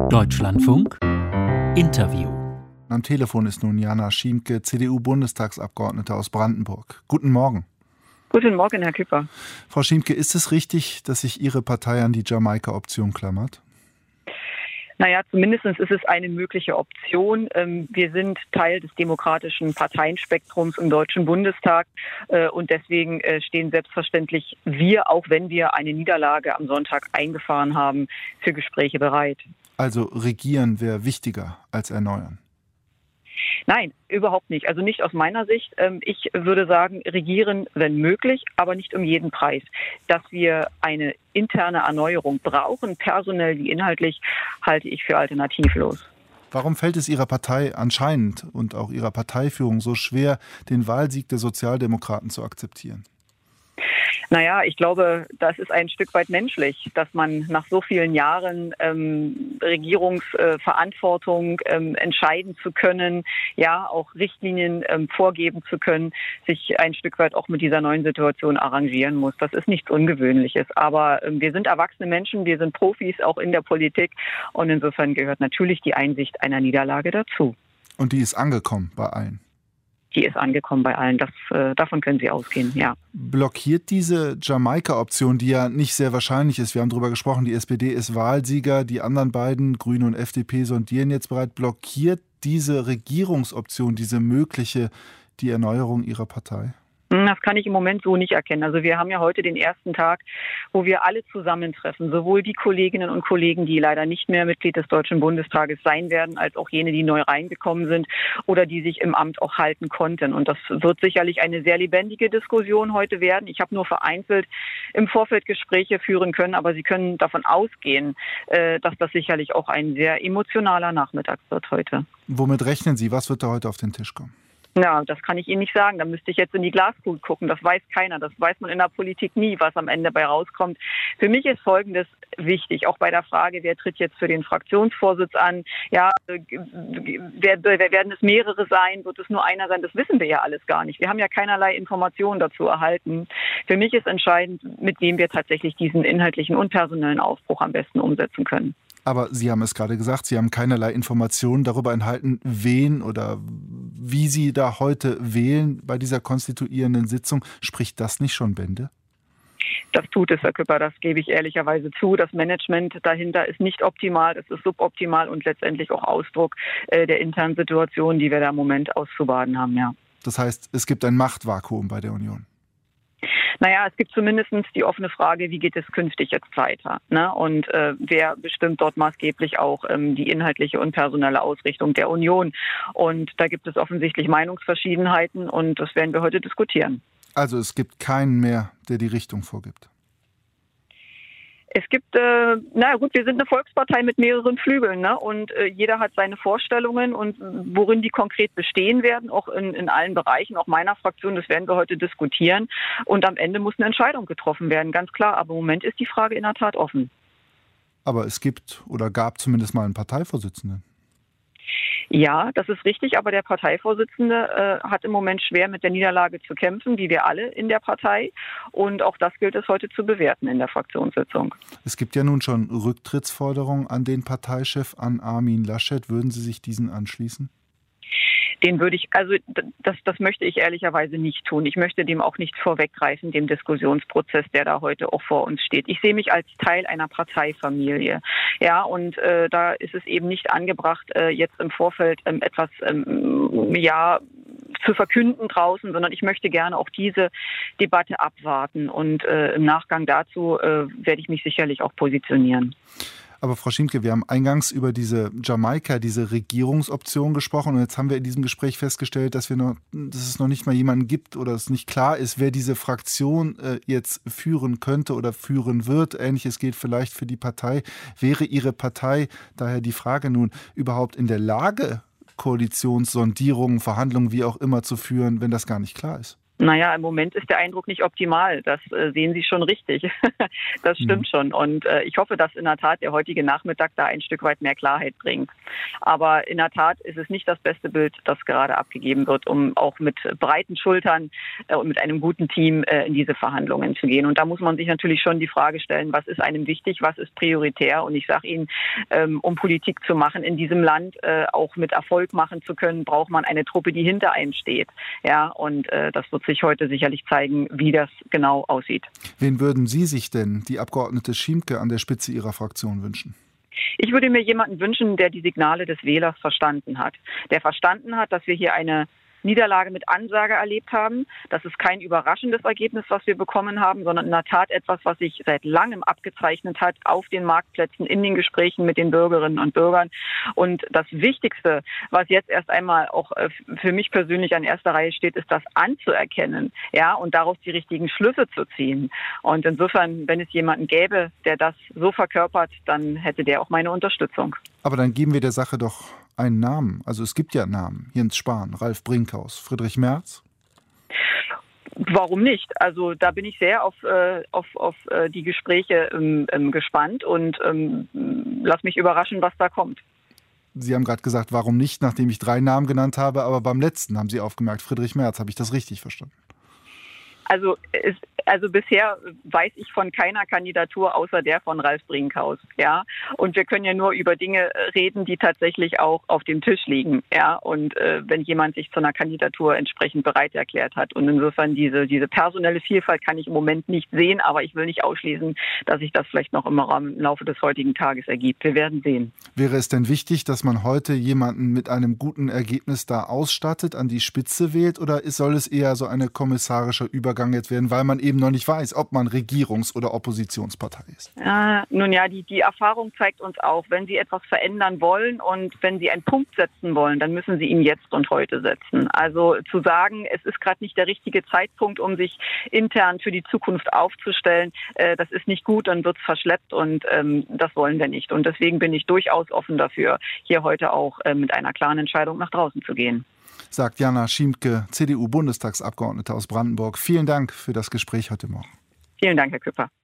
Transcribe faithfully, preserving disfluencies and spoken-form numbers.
Deutschlandfunk Interview. Am Telefon ist nun Jana Schiemke, C D U-Bundestagsabgeordnete aus Brandenburg. Guten Morgen. Guten Morgen, Herr Küpper. Frau Schiemke, ist es richtig, dass sich Ihre Partei an die Jamaika-Option klammert? Naja, zumindest ist es eine mögliche Option. Wir sind Teil des demokratischen Parteienspektrums im Deutschen Bundestag und deswegen stehen selbstverständlich wir, auch wenn wir eine Niederlage am Sonntag eingefahren haben, für Gespräche bereit. Also regieren wäre wichtiger als erneuern? Nein, überhaupt nicht. Also nicht aus meiner Sicht. Ich würde sagen, regieren, wenn möglich, aber nicht um jeden Preis. Dass wir eine interne Erneuerung brauchen, personell wie inhaltlich, halte ich für alternativlos. Warum fällt es Ihrer Partei anscheinend und auch Ihrer Parteiführung so schwer, den Wahlsieg der Sozialdemokraten zu akzeptieren? Naja, ich glaube, das ist ein Stück weit menschlich, dass man nach so vielen Jahren ähm, Regierungsverantwortung äh, ähm, entscheiden zu können, ja, auch Richtlinien ähm, vorgeben zu können, sich ein Stück weit auch mit dieser neuen Situation arrangieren muss. Das ist nichts Ungewöhnliches. Aber ähm, wir sind erwachsene Menschen, wir sind Profis auch in der Politik und insofern gehört natürlich die Einsicht einer Niederlage dazu. Und die ist angekommen bei allen? Die ist angekommen bei allen. Das, äh, davon können Sie ausgehen, ja. Blockiert diese Jamaika-Option, die ja nicht sehr wahrscheinlich ist, wir haben darüber gesprochen, die S P D ist Wahlsieger, die anderen beiden, Grüne und F D P, sondieren jetzt bereit, blockiert diese Regierungsoption, diese mögliche, die Erneuerung Ihrer Partei? Das kann ich im Moment so nicht erkennen. Also wir haben ja heute den ersten Tag, wo wir alle zusammentreffen, sowohl die Kolleginnen und Kollegen, die leider nicht mehr Mitglied des Deutschen Bundestages sein werden, als auch jene, die neu reingekommen sind oder die sich im Amt auch halten konnten. Und das wird sicherlich eine sehr lebendige Diskussion heute werden. Ich habe nur vereinzelt im Vorfeld Gespräche führen können, aber Sie können davon ausgehen, dass das sicherlich auch ein sehr emotionaler Nachmittag wird heute. Womit rechnen Sie? Was wird da heute auf den Tisch kommen? Ja, das kann ich Ihnen nicht sagen. Da müsste ich jetzt in die Glaskugel gucken. Das weiß keiner. Das weiß man in der Politik nie, was am Ende bei rauskommt. Für mich ist Folgendes wichtig, auch bei der Frage, wer tritt jetzt für den Fraktionsvorsitz an? Ja, wer, wer, werden es mehrere sein? Wird es nur einer sein? Das wissen wir ja alles gar nicht. Wir haben ja keinerlei Informationen dazu erhalten. Für mich ist entscheidend, mit wem wir tatsächlich diesen inhaltlichen und personellen Aufbruch am besten umsetzen können. Aber Sie haben es gerade gesagt, Sie haben keinerlei Informationen darüber enthalten, wen oder wie Sie da heute wählen bei dieser konstituierenden Sitzung. Spricht das nicht schon Bände? Das tut es, Herr Küpper, das gebe ich ehrlicherweise zu. Das Management dahinter ist nicht optimal, das ist suboptimal und letztendlich auch Ausdruck äh, der internen Situation, die wir da im Moment auszubaden haben, ja. Das heißt, es gibt ein Machtvakuum bei der Union? Naja, es gibt zumindest die offene Frage, wie geht es künftig jetzt weiter? Ne? Und äh, wer bestimmt dort maßgeblich auch ähm, die inhaltliche und personelle Ausrichtung der Union? Und da gibt es offensichtlich Meinungsverschiedenheiten und das werden wir heute diskutieren. Also es gibt keinen mehr, der die Richtung vorgibt? Es gibt, äh, na gut, wir sind eine Volkspartei mit mehreren Flügeln, ne? Und äh, jeder hat seine Vorstellungen und worin die konkret bestehen werden, auch in, in allen Bereichen, auch meiner Fraktion, das werden wir heute diskutieren. Und am Ende muss eine Entscheidung getroffen werden, ganz klar. Aber im Moment ist die Frage in der Tat offen. Aber es gibt oder gab zumindest mal einen Parteivorsitzenden. Ja, das ist richtig, aber der Parteivorsitzende äh, hat im Moment schwer mit der Niederlage zu kämpfen, wie wir alle in der Partei. Und auch das gilt es heute zu bewerten in der Fraktionssitzung. Es gibt ja nun schon Rücktrittsforderungen an den Parteichef, an Armin Laschet. Würden Sie sich diesen anschließen? Den würde ich, also das, das möchte ich ehrlicherweise nicht tun. Ich möchte dem auch nicht vorweggreifen, dem Diskussionsprozess, der da heute auch vor uns steht. Ich sehe mich als Teil einer Parteifamilie. Ja, und äh, da ist es eben nicht angebracht, äh, jetzt im Vorfeld ähm, etwas, ähm, ja, zu verkünden draußen, sondern ich möchte gerne auch diese Debatte abwarten. Und äh, im Nachgang dazu äh, werde ich mich sicherlich auch positionieren. Aber Frau Schiemke, wir haben eingangs über diese Jamaika, diese Regierungsoption gesprochen und jetzt haben wir in diesem Gespräch festgestellt, dass wir noch, dass es noch nicht mal jemanden gibt oder es nicht klar ist, wer diese Fraktion äh, jetzt führen könnte oder führen wird. Ähnliches gilt vielleicht für die Partei. Wäre Ihre Partei, daher die Frage nun, überhaupt in der Lage, Koalitionssondierungen, Verhandlungen, wie auch immer zu führen, wenn das gar nicht klar ist? Naja, im Moment ist der Eindruck nicht optimal. Das äh, sehen Sie schon richtig. Das stimmt mhm. schon. Und äh, ich hoffe, dass in der Tat der heutige Nachmittag da ein Stück weit mehr Klarheit bringt. Aber in der Tat ist es nicht das beste Bild, das gerade abgegeben wird, um auch mit breiten Schultern äh, und mit einem guten Team äh, in diese Verhandlungen zu gehen. Und da muss man sich natürlich schon die Frage stellen, was ist einem wichtig, was ist prioritär? Und ich sage Ihnen, ähm, um Politik zu machen in diesem Land, äh, auch mit Erfolg machen zu können, braucht man eine Truppe, die hinter einem steht. Ja, und äh, das wird sich heute sicherlich zeigen, wie das genau aussieht. Wen würden Sie sich denn, die Abgeordnete Schiemke, an der Spitze Ihrer Fraktion wünschen? Ich würde mir jemanden wünschen, der die Signale des Wählers verstanden hat. Der verstanden hat, dass wir hier eine Niederlage mit Ansage erlebt haben. Das ist kein überraschendes Ergebnis, was wir bekommen haben, sondern in der Tat etwas, was sich seit langem abgezeichnet hat auf den Marktplätzen, in den Gesprächen mit den Bürgerinnen und Bürgern. Und das Wichtigste, was jetzt erst einmal auch für mich persönlich an erster Reihe steht, ist das anzuerkennen, ja, und daraus die richtigen Schlüsse zu ziehen. Und insofern, wenn es jemanden gäbe, der das so verkörpert, dann hätte der auch meine Unterstützung. Aber dann geben wir der Sache doch einen Namen. Also es gibt ja Namen. Jens Spahn, Ralf Brinkhaus, Friedrich Merz. Warum nicht? Also da bin ich sehr auf, äh, auf, auf äh, die Gespräche ähm, ähm, gespannt und ähm, lass mich überraschen, was da kommt. Sie haben gerade gesagt, warum nicht, nachdem ich drei Namen genannt habe, aber beim letzten haben Sie aufgemerkt, Friedrich Merz. Habe ich das richtig verstanden? Also, es, also bisher weiß ich von keiner Kandidatur außer der von Ralf Brinkhaus, ja. Und wir können ja nur über Dinge reden, die tatsächlich auch auf dem Tisch liegen, ja. Und äh, wenn jemand sich zu einer Kandidatur entsprechend bereit erklärt hat. Und insofern diese diese personelle Vielfalt kann ich im Moment nicht sehen, aber ich will nicht ausschließen, dass sich das vielleicht noch im, im Laufe des heutigen Tages ergibt. Wir werden sehen. Wäre es denn wichtig, dass man heute jemanden mit einem guten Ergebnis da ausstattet, an die Spitze wählt, oder soll es eher so eine kommissarische Übergabe jetzt werden, weil man eben noch nicht weiß, ob man Regierungs- oder Oppositionspartei ist? Äh, nun ja, die, die Erfahrung zeigt uns auch, wenn Sie etwas verändern wollen und wenn Sie einen Punkt setzen wollen, dann müssen Sie ihn jetzt und heute setzen. Also zu sagen, es ist gerade nicht der richtige Zeitpunkt, um sich intern für die Zukunft aufzustellen, äh, das ist nicht gut, dann wird es verschleppt und ähm, das wollen wir nicht. Und deswegen bin ich durchaus offen dafür, hier heute auch äh, mit einer klaren Entscheidung nach draußen zu gehen. Sagt Jana Schiemke, C D U-Bundestagsabgeordnete aus Brandenburg. Vielen Dank für das Gespräch heute Morgen. Vielen Dank, Herr Küpper.